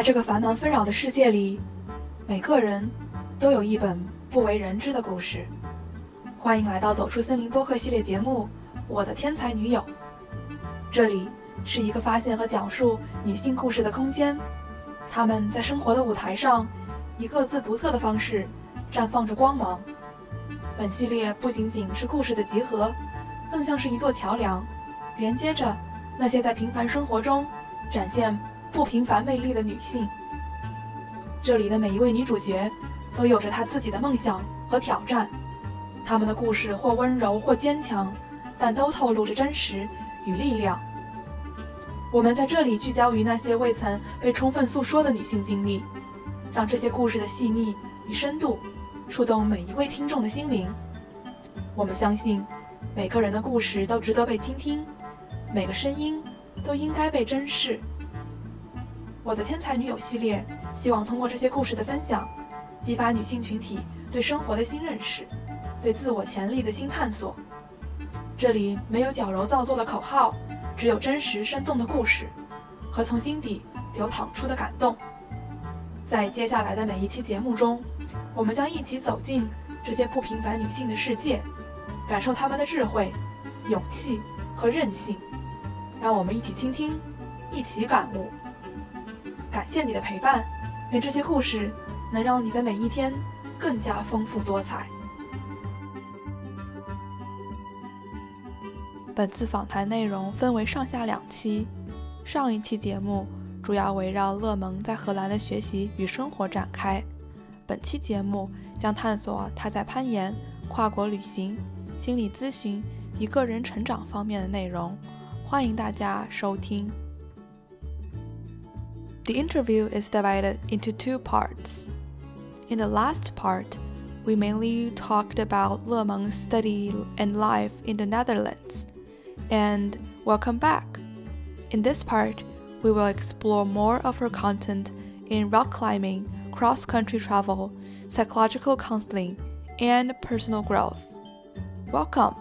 这个繁忙纷扰的世界里，每个人都有一本不为人知的故事。欢迎来到走出森林播客系列节目《我的天才女友》，这里是一个发现和讲述女性故事的空间。她们在生活的舞台上，以各自独特的方式绽放着光芒。本系列不仅仅是故事的集合，更像是一座桥梁，连接着那些在平凡生活中展现不平凡魅力的女性。这里的每一位女主角都有着她自己的梦想和挑战，她们的故事或温柔或坚强，但都透露着真实与力量。我们在这里聚焦于那些未曾被充分诉说的女性经历，让这些故事的细腻与深度触动每一位听众的心灵。我们相信，每个人的故事都值得被倾听，每个声音都应该被珍视。我的天才女友系列希望通过这些故事的分享，激发女性群体对生活的新认识，对自我潜力的新探索。这里没有矫揉造作的口号，只有真实生动的故事和从心底流淌出的感动。在接下来的每一期节目中，我们将一起走进这些不平凡女性的世界，感受她们的智慧、勇气和韧性。让我们一起倾听，一起感悟。感谢你的陪伴，愿这些故事能让你的每一天更加丰富多彩。本次访谈内容分为上下两期，上一期节目主要围绕勒蒙在荷兰的学习与生活展开，本期节目将探索他在攀岩、跨国旅行、心理咨询与个人成长方面的内容，欢迎大家收听。The interview is divided into two parts. In the last part, we mainly talked about Le Meng's study and life in the Netherlands. And welcome back. In this part, we will explore more of her content in rock climbing, cross-country travel, psychological counseling, and personal growth. Welcome.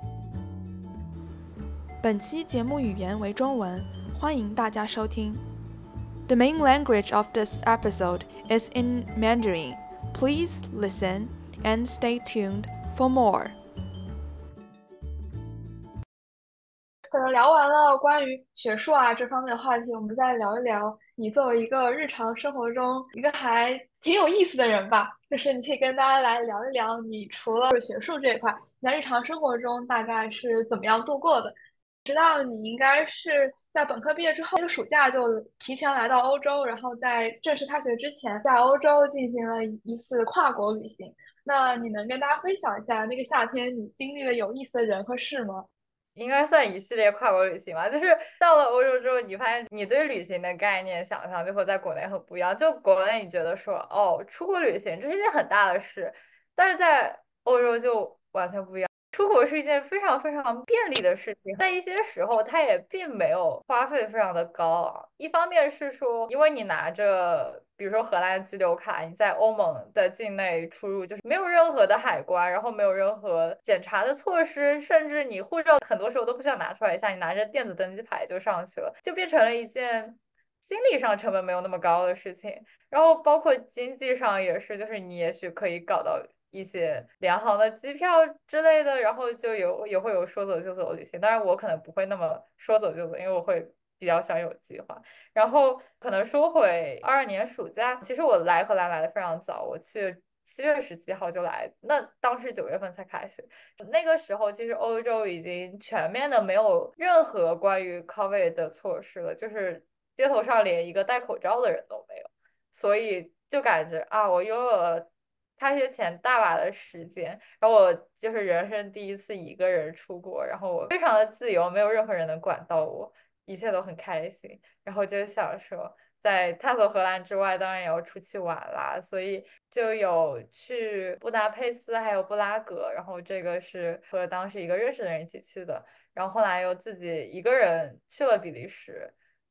本期节目语言为中文，欢迎大家收听。The main language of this episode is in Mandarin. Please listen and stay tuned for more. 可能聊完了关于学术这方面的话题，我们再聊一聊你作为一个日常生活中一个还挺有意思的人吧。就是你可以跟大家来聊一聊，你除了学术这一块，你在日常生活中大概是怎么样度过的？知道你应该是在本科毕业之后，那个暑假就提前来到欧洲，然后在正式开学之前，在欧洲进行了一次跨国旅行。那你能跟大家分享一下那个夏天你经历了有意思的人和事吗？ 应该算一系列跨国旅行吧。就是到了欧洲之后，你发现你对旅行的概念、想象就和在国内很不一样。就国内你觉得说，哦，出国旅行这是一件很大的事，但是在欧洲就完全不一样。出国是一件非常非常便利的事情，在一些时候它也并没有花费非常的高昂。一方面是说，因为你拿着比如说荷兰居留卡，你在欧盟的境内出入就是没有任何的海关，然后没有任何检查的措施，甚至你护照很多时候都不需要拿出来一下，你拿着电子登机牌就上去了，就变成了一件心理上成本没有那么高的事情。然后包括经济上也是，就是你也许可以搞到一些联航的机票之类的，然后也会有说走就走的旅行。当然我可能不会那么说走就走，因为我会比较想有计划。然后可能说回22年暑假，其实我来荷兰来的非常早，我去7月17号就来，那当时9月份才开学。那个时候其实欧洲已经全面的没有任何关于 COVID 的措施了，就是街头上连一个戴口罩的人都没有。所以就感觉我拥有了开学前大把的时间，然后我就是人生第一次一个人出国，然后我非常的自由，没有任何人能管到我，一切都很开心，然后就想说，在探索荷兰之外，当然也要出去玩啦，所以就有去布达佩斯还有布拉格，然后这个是和当时一个认识的人一起去的，然后后来又自己一个人去了比利时。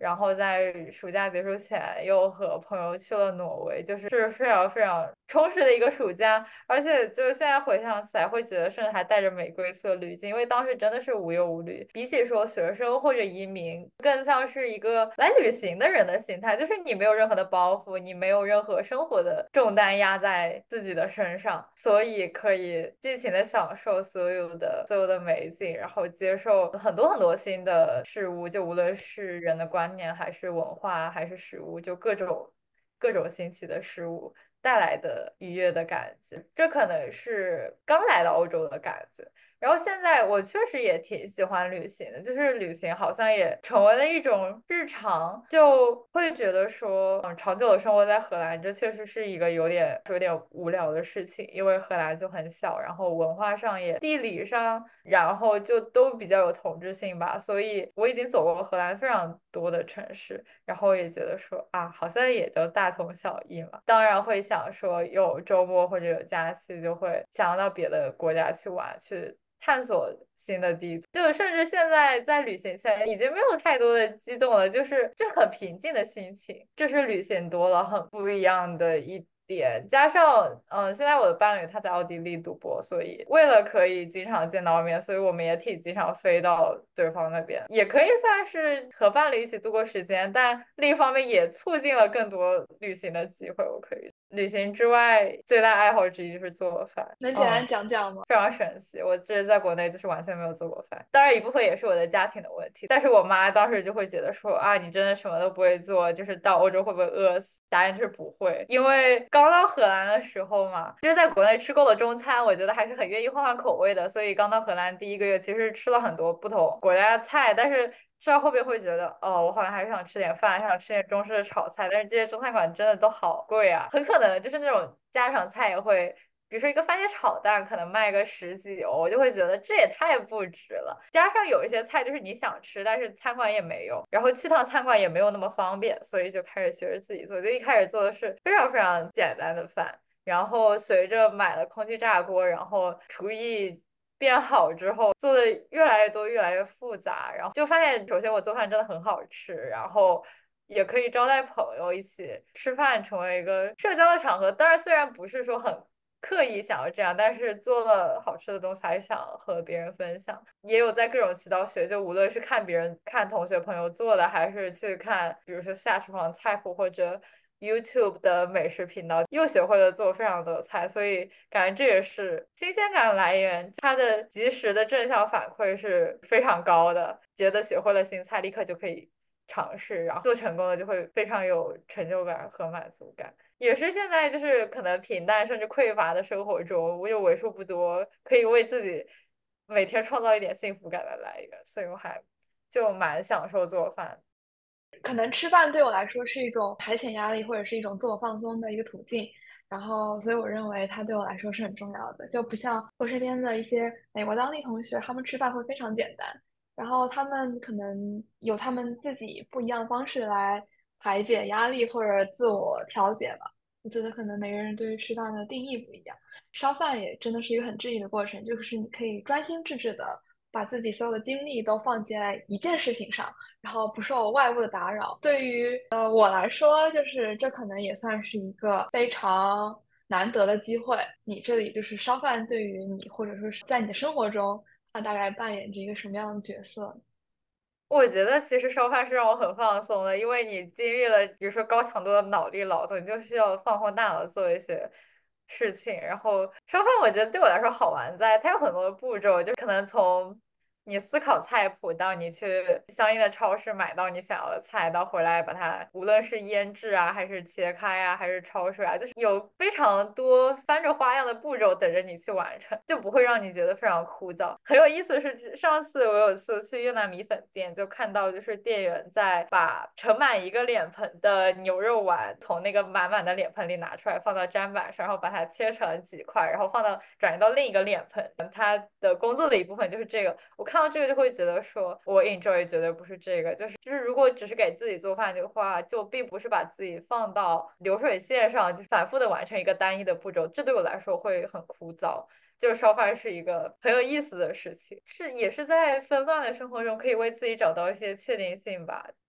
然后在暑假结束前又和朋友去了挪威，就是非常非常充实的一个暑假。而且就是现在回想起来，会觉得甚至还带着玫瑰色滤镜，因为当时真的是无忧无虑。比起说学生或者移民，更像是一个来旅行的人的心态，就是你没有任何的包袱，你没有任何生活的重担压在自己的身上，所以可以尽情的享受所有的美景，然后接受很多很多新的事物，就无论是人的观念，还是文化，还是食物，就各种新奇的事物带来的愉悦的感觉，这可能是刚来到欧洲的感觉。然后现在我确实也挺喜欢旅行的，就是旅行好像也成为了一种日常，就会觉得说，长久的生活在荷兰，这确实是一个有点无聊的事情，因为荷兰就很小，然后文化上也、地理上，然后就都比较有同质性吧，所以我已经走过荷兰非常多的城市，然后也觉得说啊，好像也就大同小异嘛。当然会想说，有周末或者有假期，就会想要到别的国家去玩，去探索新的地图。就甚至现在在旅行前已经没有太多的激动了，就是很平静的心情。这是旅行多了很不一样的一点，加上现在我的伴侣他在奥地利读博，所以为了可以经常见到面，所以我们也挺经常飞到对方那边，也可以算是和伴侣一起度过时间，但另一方面也促进了更多旅行的机会。我可以旅行之外最大爱好之一就是做饭， 能简单讲讲吗？ 非常神奇。我之前在国内就是完全没有做过饭，当然一部分也是我的家庭的问题，但是我妈当时就会觉得说啊，你真的什么都不会做，就是到欧洲会不会饿死？答案就是不会，因为刚到荷兰的时候嘛，就是在国内吃够了中餐，我觉得还是很愿意换换口味的，所以刚到荷兰第一个月其实吃了很多不同国家的菜，但是吃到后面会觉得，哦，我好像还是想吃点饭，想吃点中式的炒菜，但是这些中餐馆真的都好贵啊，很可能就是那种家常菜也会。比如说一个番茄炒蛋可能卖个十几欧，我就会觉得这也太不值了。加上有一些菜就是你想吃，但是餐馆也没有，然后去趟餐馆也没有那么方便，所以就开始学着自己做。就一开始做的是非常非常简单的饭，然后随着买了空气炸锅，然后厨艺变好之后，做的越来越多，越来越复杂，然后就发现，首先我做饭真的很好吃，然后也可以招待朋友一起吃饭，成为一个社交的场合。当然，虽然不是说很刻意想要这样，但是做了好吃的东西还是想和别人分享。也有在各种渠道学，就无论是看别人、看同学朋友做的，还是去看，比如说下厨房菜谱或者 YouTube 的美食频道，又学会了做非常多的菜，所以感觉这也是新鲜感来源。它的及时的正向反馈是非常高的，觉得学会了新菜，立刻就可以尝试，然后做成功了就会非常有成就感和满足感。也是现在就是可能平淡甚至匮乏的生活中，我有为数不多可以为自己每天创造一点幸福感的来源，所以我还就蛮享受做饭。 可能吃饭对我来说是一种排遣压力或者是一种自我放松的一个途径，然后所以我认为它对我来说是很重要的。就不像我身边的一些美国当地同学，他们吃饭会非常简单，然后他们可能有他们自己不一样的方式来排解压力或者自我调节吧。我觉得可能每个人对于吃饭的定义不一样，烧饭也真的是一个很治愈的过程，就是你可以专心致志的把自己所有的精力都放在一件事情上。然后不受外部的打扰。对于我来说，就是这可能也算是一个非常难得的机会。你这里就是烧饭，对于你或者说是在你的生活中，它大概扮演着一个什么样的角色？ 我觉得其实烧饭是让我很放松的，因为你经历了比如说高强度的脑力劳动，你就需要放空大脑做一些事情。然后烧饭我觉得对我来说好玩在它有很多的步骤，就可能从你思考菜谱到你去相应的超市买到你想要的菜，到回来把它无论是腌制啊，还是切开啊，还是焯水啊，就是有非常多翻着花样的步骤等着你去完成，就不会让你觉得非常枯燥。很有意思的是，上次我有一次去越南米粉店，就看到就是店员在把盛满一个脸盆的牛肉丸从那个满满的脸盆里拿出来，放到砧板上，然后把它切成几块，然后转移到另一个脸盆。他的工作的一部分就是这个。我看到这个就会觉得说，我 enjoy 绝对不是这个，就是如果只是给自己做饭的话，就并不是把自己放到流水线上，就反复的完成一个单一的步骤，这对我来说会很枯燥。就是烧饭是一个很有意思的事情，也是在纷乱的生活中可以为自己找到一些确定性吧。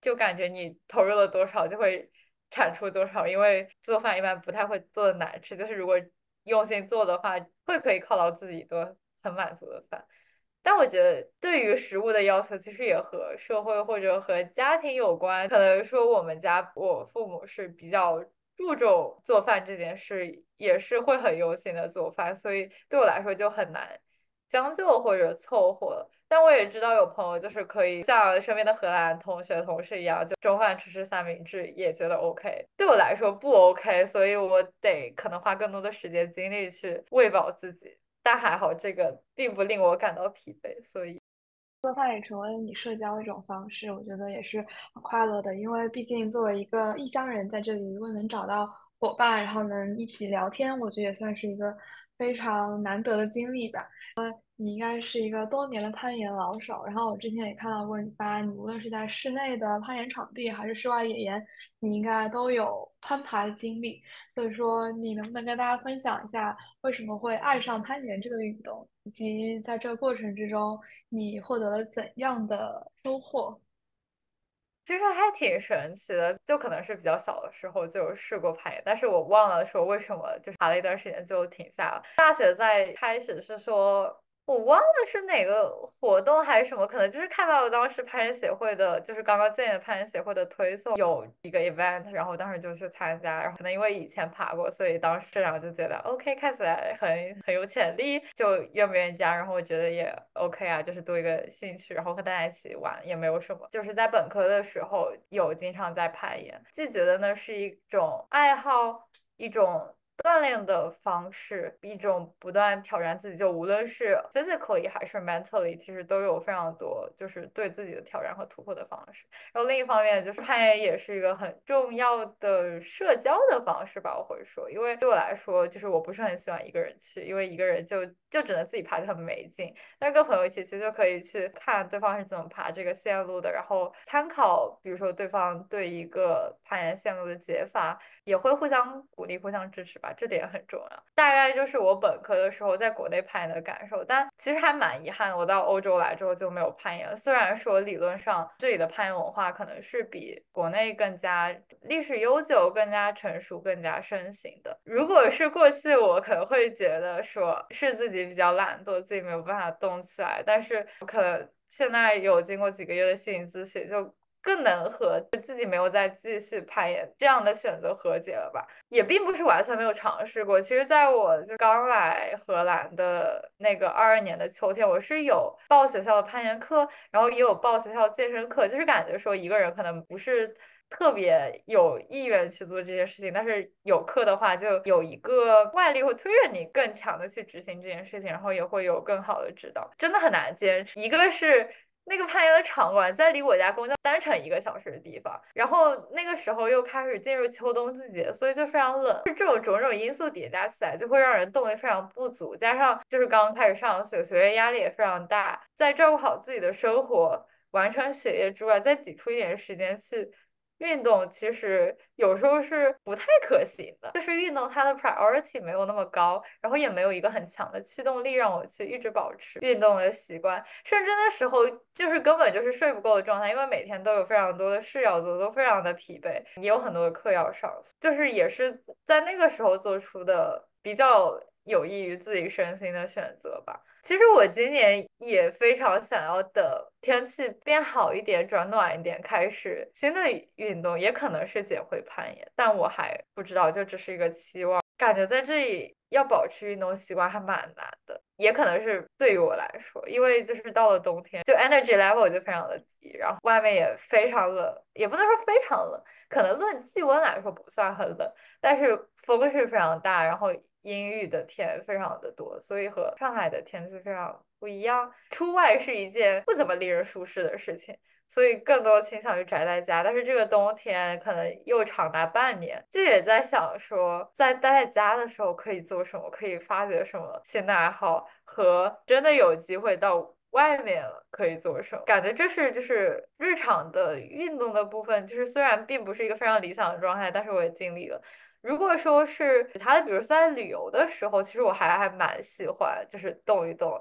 就感觉你投入了多少就会产出多少，因为做饭一般不太会做的难吃，就是如果用心做的话，会可以犒劳自己一顿很满足的饭。但我觉得对于食物的要求，其实也和社会或者和家庭有关。可能说我们家我父母是比较注重做饭这件事，也是会很用心的做饭，所以对我来说就很难将就或者凑合。但我也知道有朋友就是可以像身边的荷兰同学同事一样，就中饭吃吃三明治也觉得 OK。对我来说不 OK，所以我得可能花更多的时间精力去喂饱自己。但还好，这个并不令我感到疲惫，所以做饭也成为你社交的一种方式，我觉得也是很快乐的。因为毕竟作为一个异乡人，在这里如果能找到伙伴，然后能一起聊天，我觉得也算是一个非常难得的经历吧。你应该是一个多年的攀岩老手，然后我之前也看到过你发，你无论是在室内的攀岩场地，还是室外野岩，你应该都有攀爬的经历。所以说，你能不能跟大家分享一下，为什么会爱上攀岩这个运动，以及在这个过程之中，你获得了怎样的收获？ 其实还挺神奇的。就可能是比较小的时候就有试过攀岩，但是我忘了说为什么，就是爬了一段时间就停下了。大学在开始是说。我忘了是哪个活动还是什么，可能就是看到了当时攀岩协会的，就是刚刚建立的攀岩协会的推送有一个 event，然后当时就去参加，然后可能因为以前爬过，所以当时然后就觉得 OK，看起来很有潜力，就愿不愿意加，然后我觉得也 OK 啊，就是多一个兴趣，然后和大家一起玩也没有什么，就是在本科的时候有经常在攀岩，既觉得那是一种爱好，一种锻炼的方式，一种不断挑战自己，就无论是 physically 还是 mentally，其实都有非常多就是对自己的挑战和突破的方式。然后另一方面就是攀岩也是一个很重要的社交的方式吧，我会说，因为对我来说，就是我不是很喜欢一个人去，因为一个人就只能自己爬就很没劲。但是跟朋友一起去就可以去看对方是怎么爬这个线路的，然后参考，比如说对方对一个攀岩线路的解法。也会互相鼓励、互相支持吧，这点很重要。大概就是我本科的时候在国内攀岩的感受，但其实还蛮遗憾的。我到欧洲来之后就没有攀岩了。虽然说理论上这里的攀岩文化可能是比国内更加历史悠久、更加成熟、更加盛行的。如果是过去，我可能会觉得说是自己比较懒惰，自己没有办法动起来，但是可能现在有经过几个月的心理咨询，就更能和自己没有再继续攀岩这样的选择和解了吧。也并不是完全没有尝试过。其实，在我就刚来荷兰的那个22年的秋天，我是有报学校的攀岩课，然后也有报学校健身课，就是感觉说一个人可能不是。特别有意愿去做这件事情，但是有课的话，就有一个外力会推着你更强的去执行这件事情，然后也会有更好的指导，真的很难坚持。一个是那个攀岩的场馆在离我家公交单程1个小时的地方，然后那个时候又开始进入秋冬季节，所以就非常冷。是这种种种因素叠加起来，就会让人动力非常不足，加上就是刚刚开始上学，学业压力也非常大，在照顾好自己的生活、完成学业之外，再挤出一点时间去。运动其实有时候是不太可行的，就是运动它的 priority 没有那么高，然后也没有一个很强的驱动力让我去一直保持运动的习惯，甚至那时候就是根本就是睡不够的状态，因为每天都有非常多的事要做，都非常的疲惫，也有很多的课要上，就是也是在那个时候做出的比较有益于自己身心的选择吧。其实我今年也非常想要等天气变好一点、转暖一点，开始新的运动，也可能是捡回攀岩，但我还不知道，就只是一个期望。感觉在这里要保持运动习惯还蛮难的，也可能是对于我来说，因为就是到了冬天，就 energy level 就非常的低，然后外面也非常冷，也不能说非常冷，可能论气温来说不算很冷，但是风是非常大，然后阴郁的天非常的多，所以和上海的天气非常不一样。出外是一件不怎么令人舒适的事情，所以更多倾向于宅在家。但是这个冬天可能又长达半年，就也在想说，在待在家的时候可以做什么，可以发掘什么新的爱好，和真的有机会到。外面了可以做什么？感觉这是就是日常的运动的部分，就是虽然并不是一个非常理想的状态，但是我也尽力了。如果说是其他的，比如说在旅游的时候，其实我还蛮喜欢，就是动一动。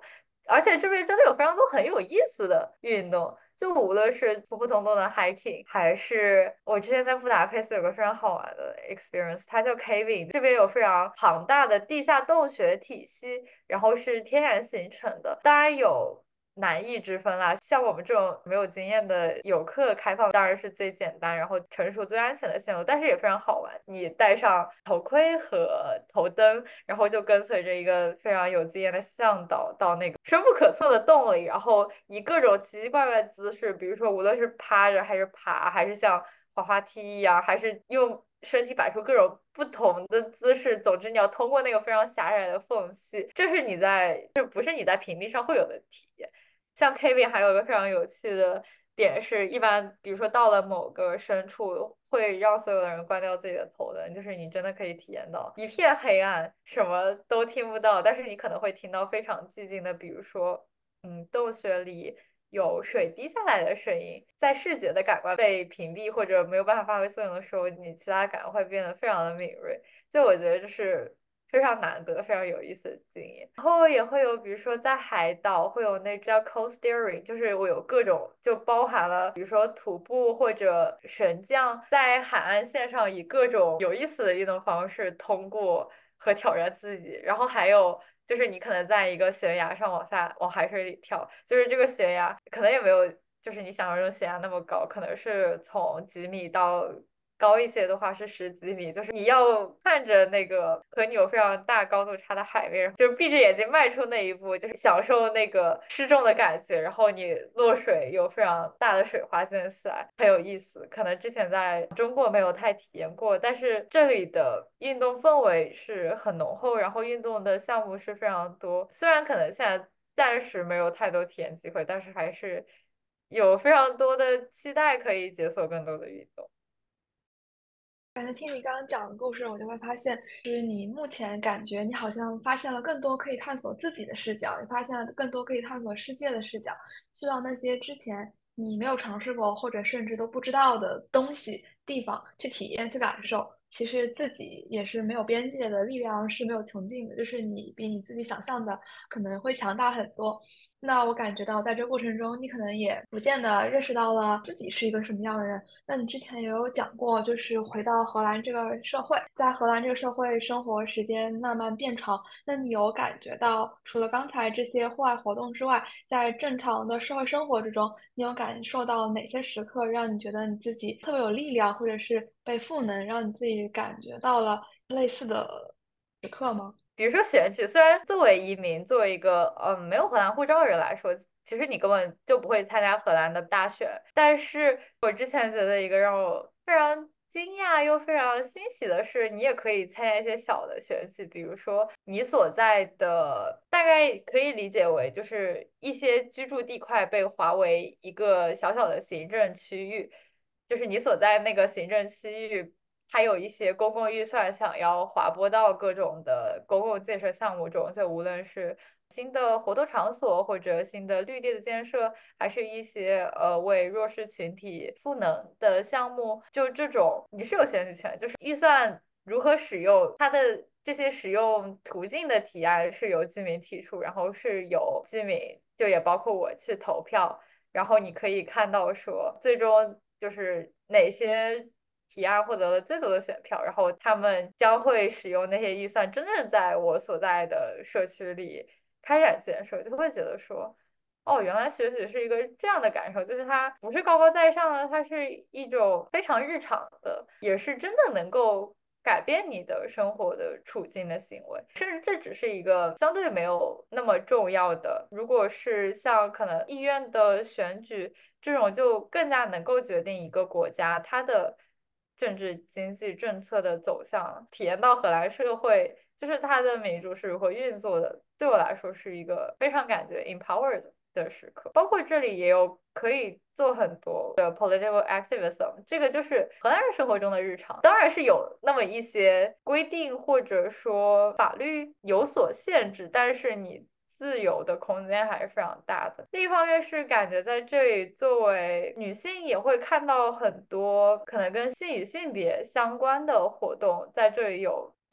而且这边真的有非常多很有意思的运动，就无论是普普通通的 hiking，还是我之前在布达佩斯有个非常好玩的 experience，它叫 caving，这边有非常庞大的地下洞穴体系，然后是天然形成的，当然有难易之分啦。像我们这种没有经验的游客，开放当然是最简单，然后成熟最安全的线路，但是也非常好玩。你戴上头盔和头灯，然后就跟随着一个非常有经验的向导到那个深不可测的洞里，然后以各种奇奇怪怪的姿势，比如说无论是趴着还是爬，还是像滑滑梯一样，还是用身体摆出各种不同的姿势，总之你要通过那个非常狭窄的缝隙，这不是你在平地上会有的体验。像 Kevin 还有一个非常有趣的点是，一般比如说到了某个深处，会让所有的人关掉自己的头灯，就是你真的可以体验到一片黑暗，什么都听不到，但是你可能会听到非常寂静的，比如说，洞穴里有水滴下来的声音，在视觉的感官被屏蔽或者没有办法发挥作用的时候，你其他感官会变得非常的敏锐。就我觉得这是非常难得、非常有意思的经验。然后也会有，比如说在海岛会有那叫 coasteering，就是我有各种，就包含了比如说徒步或者神将在海岸线上以各种有意思的运动方式通过和挑战自己。然后还有就是你可能在一个悬崖上往海水里跳，就是这个悬崖可能也没有就是你想象中悬崖那么高，可能是从几米到高一些的话是十几米，就是你要看着那个和你有非常大高度差的海面，就是闭着眼睛迈出那一步，就是享受那个失重的感觉，然后你落水有非常大的水花溅起来，很有意思。可能之前在中国没有太体验过，但是这里的运动氛围是很浓厚，然后运动的项目是非常多。虽然可能现在暂时没有太多体验机会，但是还是有非常多的期待可以解锁更多的运动。 感觉听你刚刚讲的故事，我就会发现，就是你目前感觉你好像发现了更多可以探索自己的视角，也发现了更多可以探索世界的视角，去到那些之前你没有尝试过或者甚至都不知道的东西、地方去体验、去感受。其实自己也是没有边界的，力量是没有穷尽的，就是你比你自己想象的可能会强大很多。那我感觉到，在这过程中，你可能也逐渐的认识到了自己是一个什么样的人。那你之前也有讲过，就是回到荷兰这个社会，在荷兰这个社会生活时间慢慢变长，那你有感觉到，除了刚才这些户外活动之外，在正常的社会生活之中，你有感受到哪些时刻让你觉得你自己特别有力量，或者是被赋能，让你自己感觉到了类似的时刻吗？ 比如说选举，虽然作为移民，作为一个没有荷兰护照的人来说，其实你根本就不会参加荷兰的大选。但是我之前觉得一个让我非常惊讶又非常欣喜的是，你也可以参加一些小的选举，比如说你所在的大概可以理解为就是一些居住地块被划为一个小小的行政区域，就是你所在那个行政区域。还有一些公共预算想要划拨到各种的公共建设项目中，就无论是新的活动场所或者新的绿地的建设，还是一些为弱势群体赋能的项目，就这种你是有选举权，就是预算如何使用，它的这些使用途径的提案是由居民提出，然后是由居民就也包括我去投票。然后你可以看到说，最终就是哪些提案获得了最多的选票，然后他们将会使用那些预算，真正在我所在的社区里开展建设，就会觉得说，哦，原来学习是一个这样的感受，就是它不是高高在上的，它是一种非常日常的，也是真的能够改变你的生活的处境的行为，甚至这只是一个相对没有那么重要的。如果是像可能议院的选举这种，就更加能够决定一个国家它的政治经济政策的走向。体验到荷兰社会就是它的民主是如何运作的，对我来说是一个非常感觉 empowered 的时刻。包括这里也有可以做很多的 political activism，这个就是荷兰人生活中的日常。当然是有那么一些规定或者说法律有所限制，但是你自由的空间还是非常大的。另一方面是感觉在这里作为女性也会看到很多可能跟性与性别相关的活动，在这里有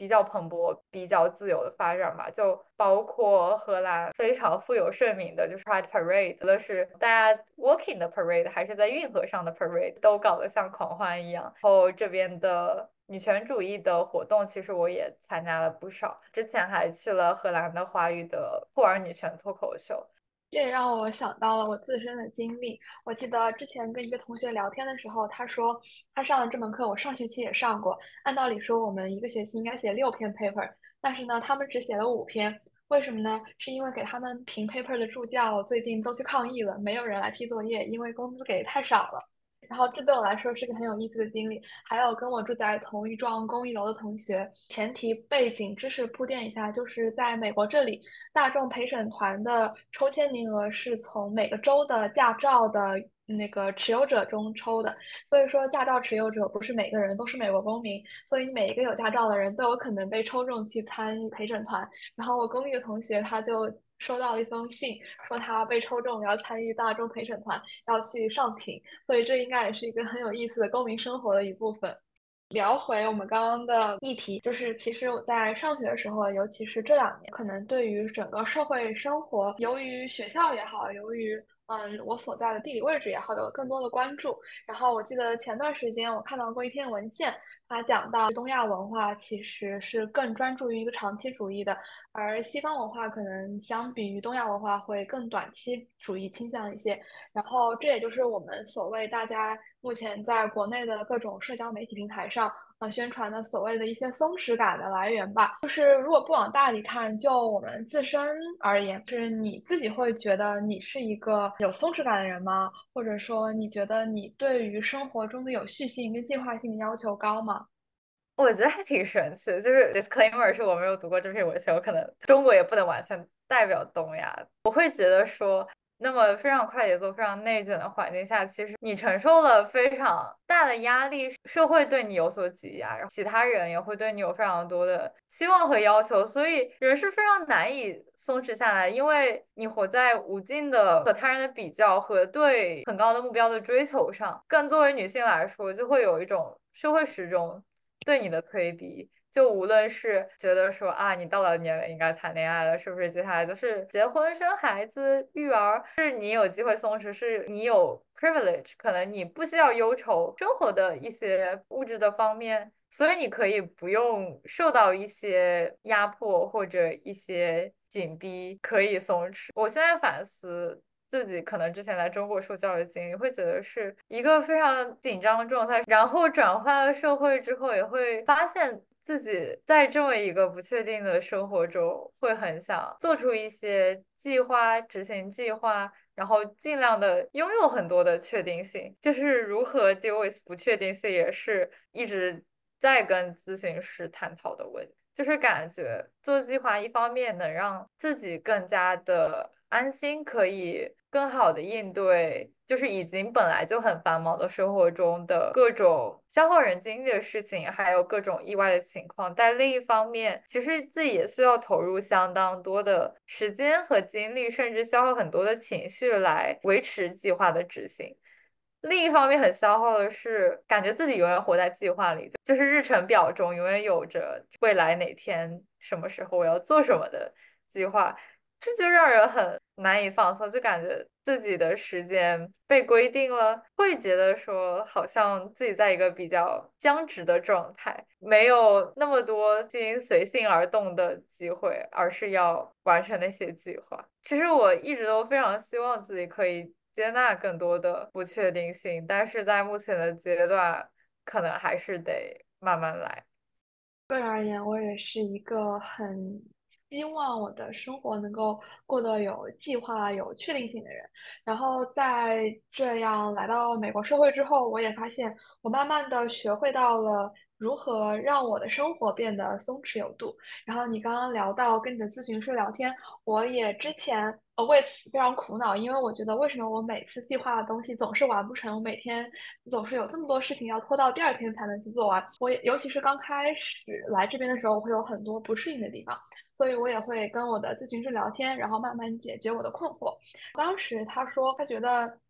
比较蓬勃、比较自由的发展吧，就包括荷兰非常富有盛名的，就是 Pride Parade，无论是大家 walking 的 parade，还是在运河上的 parade，都搞得像狂欢一样。然后这边的女权主义的活动，其实我也参加了不少，之前还去了荷兰的华语的酷儿女权脱口秀。 这也让我想到了我自身的经历。我记得之前跟一个同学聊天的时候，他说他上了这门课，我上学期也上过。按道理说，我们一个学期应该写6篇 paper，但是呢，他们只写了5篇。为什么呢？是因为给他们评 paper 的助教最近都去抗议了，没有人来批作业，因为工资给的太少了。然后这对我来说是个很有意思的经历。还有跟我住在同一幢公寓楼的同学，前提背景知识铺垫一下，就是在美国这里，大众陪审团的抽签名额是从每个州的驾照的那个持有者中抽的，所以说驾照持有者不是每个人都是美国公民，所以每一个有驾照的人都有可能被抽中去参与陪审团。然后我公寓的同学他就收到了一封信，说他被抽中要参与大众陪审团，要去上庭，所以这应该也是一个很有意思的公民生活的一部分。聊回我们刚刚的议题，就是其实我在上学的时候，尤其是这2年，可能对于整个社会生活，由于学校也好，由于我所在的地理位置也好，有更多的关注。然后我记得前段时间我看到过一篇文献，它讲到东亚文化其实是更专注于一个长期主义的，而西方文化可能相比于东亚文化会更短期主义倾向一些。然后这也就是我们所谓大家目前在国内的各种社交媒体平台上，宣传的所谓的一些松弛感的来源吧。就是如果不往大里看，就我们自身而言，是你自己会觉得你是一个有松弛感的人吗？或者说你觉得你对于生活中的有序性跟计划性的要求高吗？ 我觉得还挺神奇的，就是 disclaimer 是我没有读过这篇文献，我可能中国也不能完全代表东亚。我会觉得说，那么非常快节奏、非常内卷的环境下，其实你承受了非常大的压力，社会对你有所挤压，然后其他人也会对你有非常多的期望和要求，所以人是非常难以松弛下来，因为你活在无尽的和他人的比较和对很高的目标的追求上。更作为女性来说，就会有一种社会时钟对你的推逼，就无论是觉得说啊，你到了年龄应该谈恋爱了，是不是接下来就是结婚、生孩子、育儿，是你有机会松弛，是你有 privilege，可能你不需要忧愁生活的一些物质的方面，所以你可以不用受到一些压迫或者一些紧逼，可以松弛。我现在反思。自己可能之前在中国受教育经历，会觉得是一个非常紧张的状态，然后转换了社会之后，也会发现自己在这么一个不确定的生活中，会很想做出一些计划、执行计划，然后尽量的拥有很多的确定性。就是如何 deal with 不确定性，也是一直在跟咨询师探讨的问题。就是感觉做计划一方面能让自己更加的安心，可以更好的应对，就是已经本来就很繁忙的生活中的各种消耗人精力的事情，还有各种意外的情况。但另一方面，其实自己也需要投入相当多的时间和精力，甚至消耗很多的情绪来维持计划的执行。另一方面很消耗的是，感觉自己永远活在计划里，就是日程表中永远有着未来哪天、什么时候我要做什么的计划，这就让人很难以放松，就感觉自己的时间被规定了，会觉得说好像自己在一个比较僵直的状态，没有那么多进行随性而动的机会，而是要完成那些计划。其实我一直都非常希望自己可以接纳更多的不确定性，但是在目前的阶段，可能还是得慢慢来。 个人而言，我也是一个很希望我的生活能够过得有计划、有确定性的人。然后在这样来到美国社会之后，我也发现我慢慢的学会到了如何让我的生活变得松弛有度。然后你刚刚聊到跟你的咨询师聊天，我也之前为此非常苦恼，因为我觉得为什么我每次计划的东西总是完不成，我每天总是有这么多事情要拖到第二天才能去做完。我也尤其是刚开始来这边的时候，我会有很多不适应的地方，所以我也会跟我的咨询师聊天，然后慢慢解决我的困惑。当时他说他觉得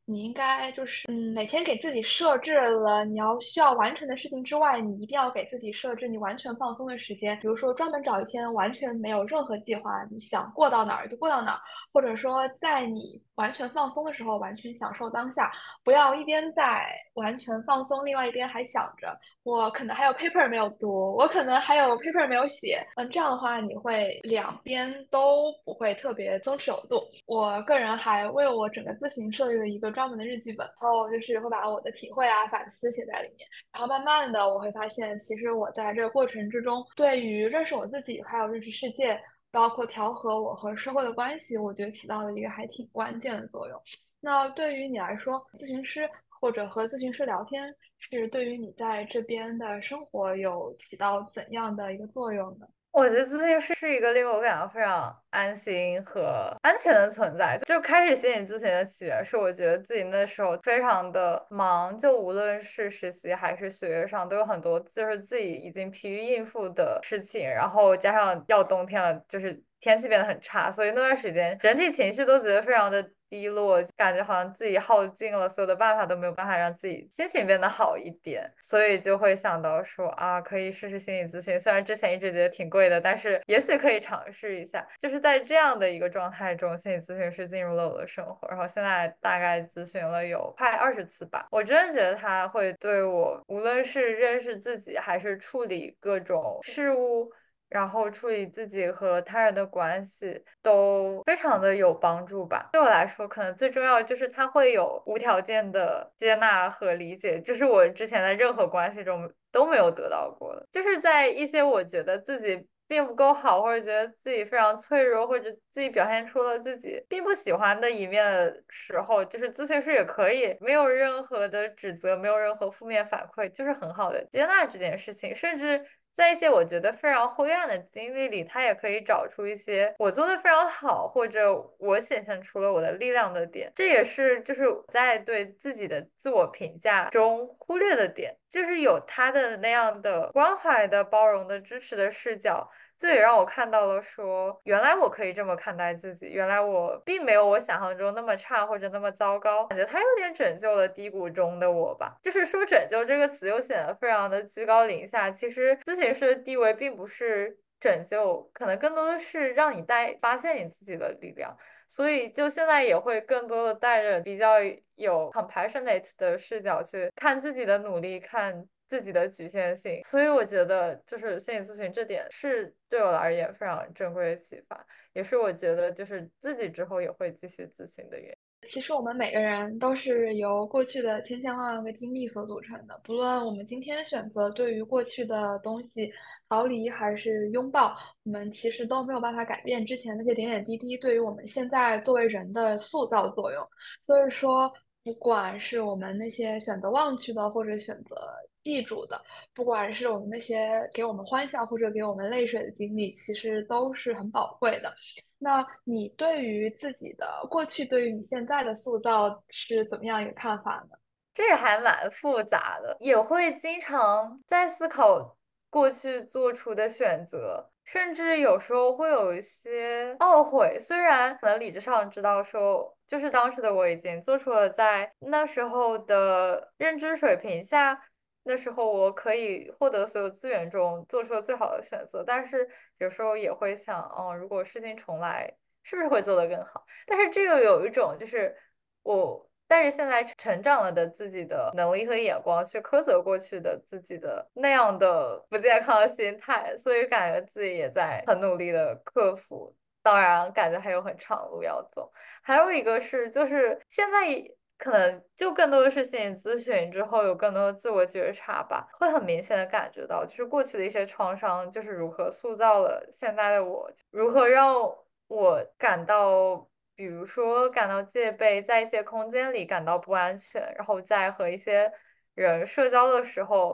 你应该就是每天给自己设置了你需要完成的事情之外，你一定要给自己设置你完全放松的时间。比如说专门找一天完全没有任何计划，你想过到哪儿就过到哪儿，或者说在你完全放松的时候完全享受当下，不要一边在完全放松，另外一边还想着我可能还有 paper 没有读，我可能还有 paper 没有写。这样的话你会两边都不会特别松弛有度。我个人还为我整个咨询设立了一个专门的日记本，然后就是会把我的体会啊、反思写在里面。然后慢慢的我会发现，其实我在这个过程之中，对于认识我自己，还有认识世界，包括调和我和社会的关系，我觉得起到了一个还挺关键的作用。那对于你来说，咨询师或者和咨询师聊天，是对于你在这边的生活有起到怎样的一个作用呢？ 我觉得咨询师是一个令我感到非常安心和安全的存在。就开始心理咨询的起源是，我觉得自己那时候非常的忙，就无论是实习还是学业上，都有很多就是自己已经疲于应付的事情，然后加上要冬天了，就是天气变得很差，所以那段时间整体情绪都觉得非常的低落，感觉好像自己耗尽了所有的办法都没有办法让自己心情变得好一点，所以就会想到说啊，可以试试心理咨询。虽然之前一直觉得挺贵的，但是也许可以尝试一下。就是在这样的一个状态中，心理咨询师进入了我的生活，然后现在大概咨询了有快20次吧。我真的觉得他会对我，无论是认识自己，还是处理各种事物，然后处理自己和他人的关系都非常的有帮助吧。对我来说，可能最重要的就是他会有无条件的接纳和理解，就是我之前在任何关系中都没有得到过的。就是在一些我觉得自己并不够好，或者觉得自己非常脆弱，或者自己表现出了自己并不喜欢的一面的时候，就是咨询师也可以没有任何的指责，没有任何负面反馈，就是很好的接纳这件事情，甚至在一些我觉得非常灰暗的经历里，他也可以找出一些我做的非常好，或者我显现出了我的力量的点。这也是就是我在对自己的自我评价中忽略的点，就是有他的那样的关怀的、包容的、支持的视角。这也让我看到了说，原来我可以这么看待自己，原来我并没有我想象中那么差或者那么糟糕。感觉他有点拯救了低谷中的我吧。就是说拯救这个词又显得非常的居高临下。其实咨询师的地位并不是拯救，可能更多的是让你发现你自己的力量。所以就现在也会更多的带着比较有 compassionate 的视角去看自己的努力，看自己的局限性。所以我觉得就是心理咨询这点是对我而言非常珍贵的启发，也是我觉得就是自己之后也会继续咨询的原因。 其实我们每个人都是由过去的千千万万个经历所组成的，不论我们今天选择对于过去的东西逃离还是拥抱，我们其实都没有办法改变之前那些点点滴滴对于我们现在作为人的塑造作用。所以说，不管是我们那些选择忘去的，或者选择记住的，不管是我们那些给我们欢笑或者给我们泪水的经历，其实都是很宝贵的。那你对于自己的过去，对于你现在的塑造是怎么样一个看法呢？ 这个还蛮复杂的，也会经常在思考过去做出的选择，甚至有时候会有一些懊悔。虽然可能理智上知道说，就是当时的我已经做出了在那时候的认知水平下，那时候我可以获得所有资源中做出了最好的选择，但是有时候也会想，哦，如果事情重来，是不是会做得更好？但是这个有一种就是我带着现在成长了的自己的能力和眼光去苛责过去的自己的那样的不健康的心态，所以感觉自己也在很努力的克服。当然，感觉还有很长路要走。还有一个是，就是现在可能就更多的是心理咨询之后有更多的自我觉察吧，会很明显的感觉到，就是过去的一些创伤，就是如何塑造了现在的我，如何让我感到。比如说感到戒备，在一些空间里感到不安全，然后在和一些人社交的时候，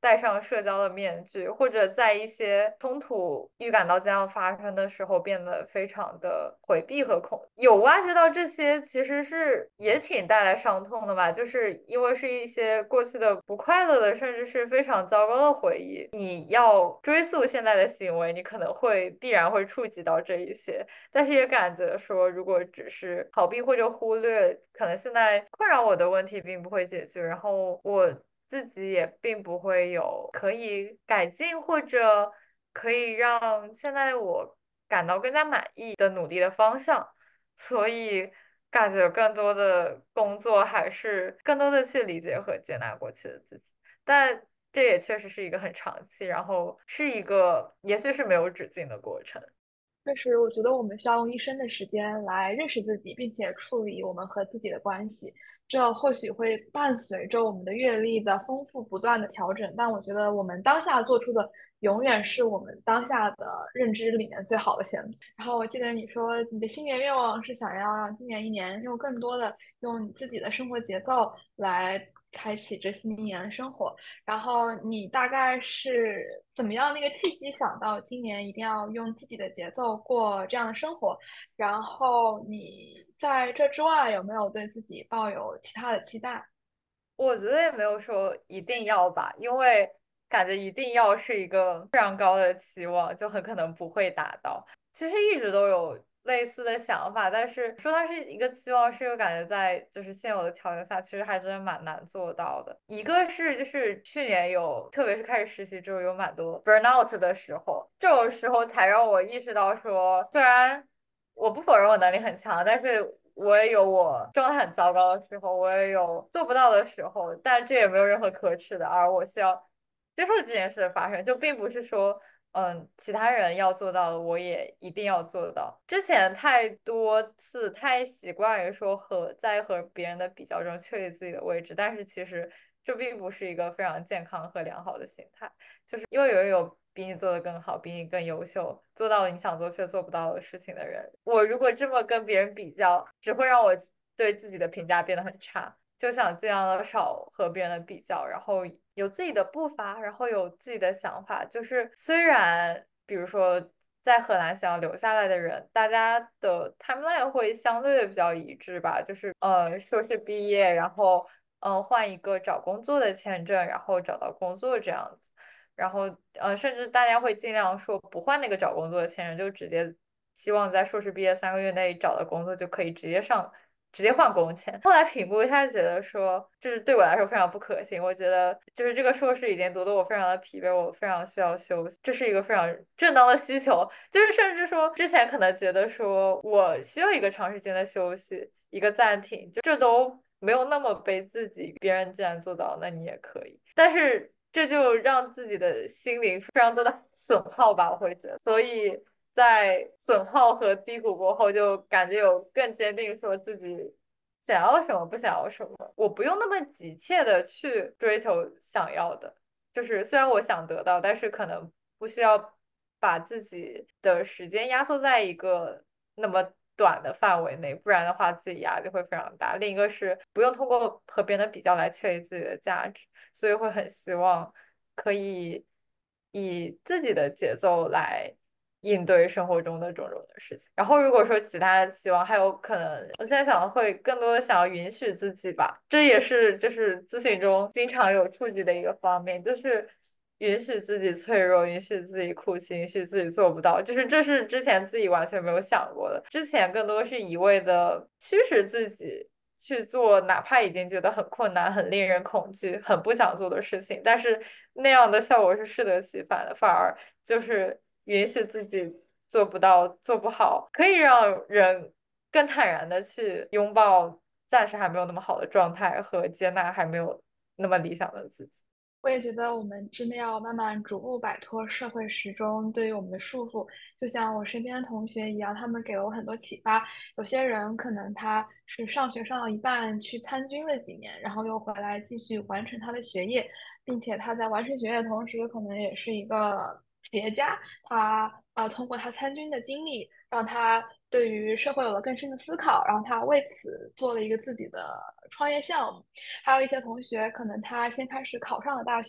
戴上社交的面具，或者在一些冲突预感到将要发生的时候变得非常的回避和恐惧。有挖掘到这些，其实是也挺带来伤痛的吧，就是因为是一些过去的不快乐的，甚至是非常糟糕的回忆。你要追溯现在的行为，你可能必然会触及到这一些，但是也感觉说，如果只是逃避或者忽略，可能现在困扰我的问题并不会解决，然后我自己也并不会有可以改进或者可以让现在的我感到更加满意的努力的方向，所以感觉更多的工作还是更多的去理解和接纳过去的自己，但这也确实是一个很长期，然后是一个也许是没有止境的过程。 确实，我觉得我们需要用一生的时间来认识自己，并且处理我们和自己的关系。这或许会伴随着我们的阅历的丰富不断的调整，但我觉得我们当下做出的永远是我们当下的认知里面最好的选择。然后我记得你说你的新年愿望是想要让今年一年用更多的用你自己的生活节奏来开启这新一年的生活。然后你大概是怎么样那个契机想到今年一定要用自己的节奏过这样的生活？然后你在这之外有没有对自己抱有其他的期待？ 我觉得也没有说一定要吧，因为感觉一定要是一个非常高的期望，就很可能不会达到。其实一直都有类似的想法，但是说它是一个期望，是又感觉在就是现有的条件下，其实还真的蛮难做到的。一个是就是去年有，特别是开始实习之后，有蛮多 burnout 的时候，这种时候才让我意识到说，虽然我不否认我能力很强，但是我也有我状态很糟糕的时候，我也有做不到的时候，但这也没有任何可耻的，而我需要接受这件事的发生，就并不是说，其他人要做到的，我也一定要做到。之前太多次太习惯于说在和别人的比较中确立自己的位置，但是其实这并不是一个非常健康和良好的心态。就是因为有人有比你做的更好，比你更优秀，做到了你想做却做不到的事情的人。我如果这么跟别人比较，只会让我对自己的评价变得很差。就想尽量的少和别人的比较，然后有自己的步伐，然后有自己的想法。就是虽然比如说在荷兰想要留下来的人，大家的 timeline 会相对的比较一致吧，就是硕士毕业，然后换一个找工作的签证，然后找到工作这样子。然后甚至大家会尽量说不换那个找工作的签证，就直接希望在硕士毕业3个月内找到工作就可以直接换工签。后来评估一下，觉得说就是对我来说非常不可行。我觉得就是这个硕士已经读得我非常的疲惫，我非常需要休息，这是一个非常正当的需求。就是甚至说之前可能觉得说我需要一个长时间的休息，一个暂停，就这都没有那么被自己，别人既然做到，那你也可以。但是这就让自己的心灵非常多的损耗吧，我会觉得。所以在损耗和低谷过后，就感觉有更坚定说自己想要什么，不想要什么。我不用那么急切的去追求想要的，就是虽然我想得到，但是可能不需要把自己的时间压缩在一个那么短的范围内，不然的话自己压力会非常大。另一个是不用通过和别人的比较来确立自己的价值，所以会很希望可以以自己的节奏来应对生活中的种种的事情。然后如果说其他的期望，还有可能，我现在想会更多的想要允许自己吧，这也是就是咨询中经常有触及的一个方面，就是允许自己脆弱，允许自己哭泣，允许自己做不到，就是这是之前自己完全没有想过的。之前更多是一味的驱使自己去做，哪怕已经觉得很困难、很令人恐惧、很不想做的事情，但是那样的效果是适得其反的，反而就是允许自己做不到、做不好，可以让人更坦然的去拥抱暂时还没有那么好的状态和接纳还没有那么理想的自己。 我也觉得我们真的要慢慢逐步摆脱社会时钟对于我们的束缚，就像我身边的同学一样，他们给了我很多启发。有些人可能他是上学上到一半去参军了几年，然后又回来继续完成他的学业，并且他在完成学业的同时，可能也是一个企业家。他通过他参军的经历，让他对于社会有了更深的思考，然后他为此做了一个自己的创业项目。还有一些同学，可能他先开始考上了大学，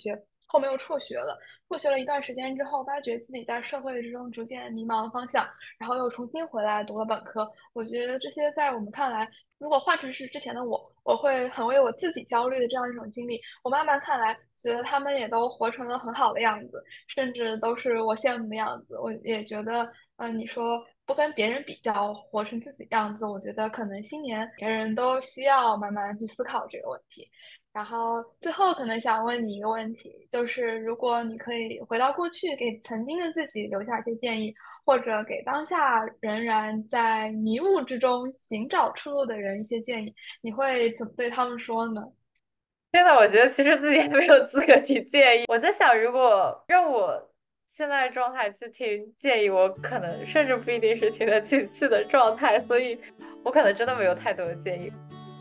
后面又辍学了，辍学了一段时间之后，发觉自己在社会之中逐渐迷茫了方向，然后又重新回来读了本科。我觉得这些在我们看来，如果换成是之前的我，我会很为我自己焦虑的这样一种经历。我慢慢看来，觉得他们也都活成了很好的样子，甚至都是我羡慕的样子。我也觉得，你说不跟别人比较，活成自己的样子，我觉得可能新年每个人都需要慢慢去思考这个问题。然后最后可能想问你一个问题，就是如果你可以回到过去，给曾经的自己留下一些建议，或者给当下仍然在迷雾之中寻找出路的人一些建议，你会怎么对他们说呢？ 真的，我觉得其实自己还没有资格提建议。我在想，如果让我现在状态去听建议，我可能甚至不一定是听得进去的状态，所以我可能真的没有太多的建议。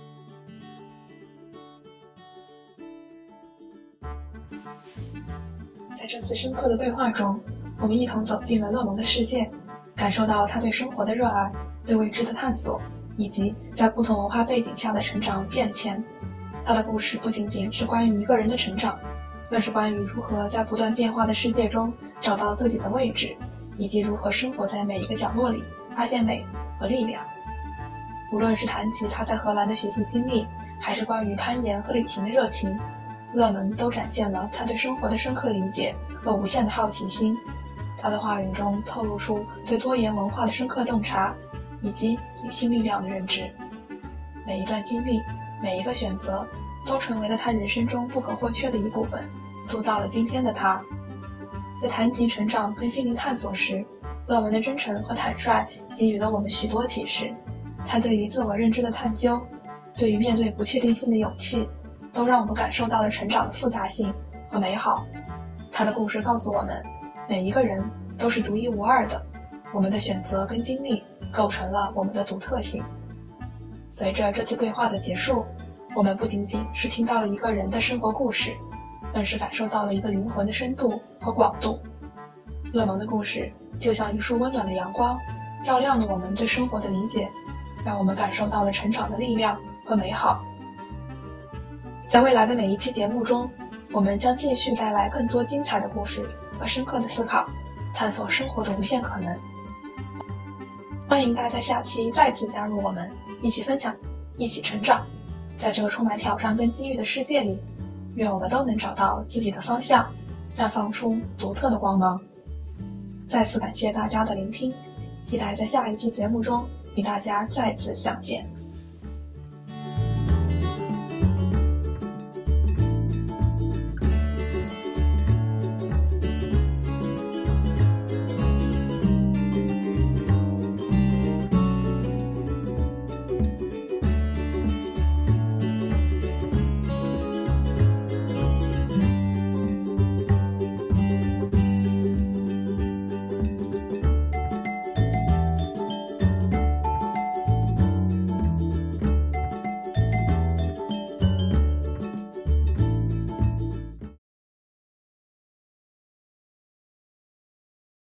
在这次深刻的对话中，我们一同走进了勒蒙的世界，感受到他对生活的热爱、对未知的探索，以及在不同文化背景下的成长与变迁。他的故事不仅仅是关于一个人的成长，更是关于如何在不断变化的世界中找到自己的位置，以及如何生活在每一个角落里，发现美和力量。无论是谈及他在荷兰的学习经历，还是关于攀岩和旅行的热情，勒蒙都展现了他对生活的深刻理解和无限的好奇心。他的话语中透露出对多元文化的深刻洞察，以及女性力量的认知。每一段经历，每一个选择，都成为了他人生中不可或缺的一部分，塑造了今天的他。在谈及成长和心灵探索时，勒蒙的真诚和坦率给予了我们许多启示。他对于自我认知的探究，对于面对不确定性的勇气，都让我们感受到了成长的复杂性和美好。他的故事告诉我们，每一个人都是独一无二的，我们的选择跟经历构成了我们的独特性。随着这次对话的结束，我们不仅仅是听到了一个人的生活故事，更是感受到了一个灵魂的深度和广度。勒蒙的故事就像一束温暖的阳光，照亮了我们对生活的理解，让我们感受到了成长的力量和美好。在未来的每一期节目中，我们将继续带来更多精彩的故事和深刻的思考，探索生活的无限可能。欢迎大家下期再次加入我们，一起分享，一起成长。在这个充满挑战跟机遇的世界里，愿我们都能找到自己的方向，绽放出独特的光芒。再次感谢大家的聆听，期待在下一期节目中与大家再次相见。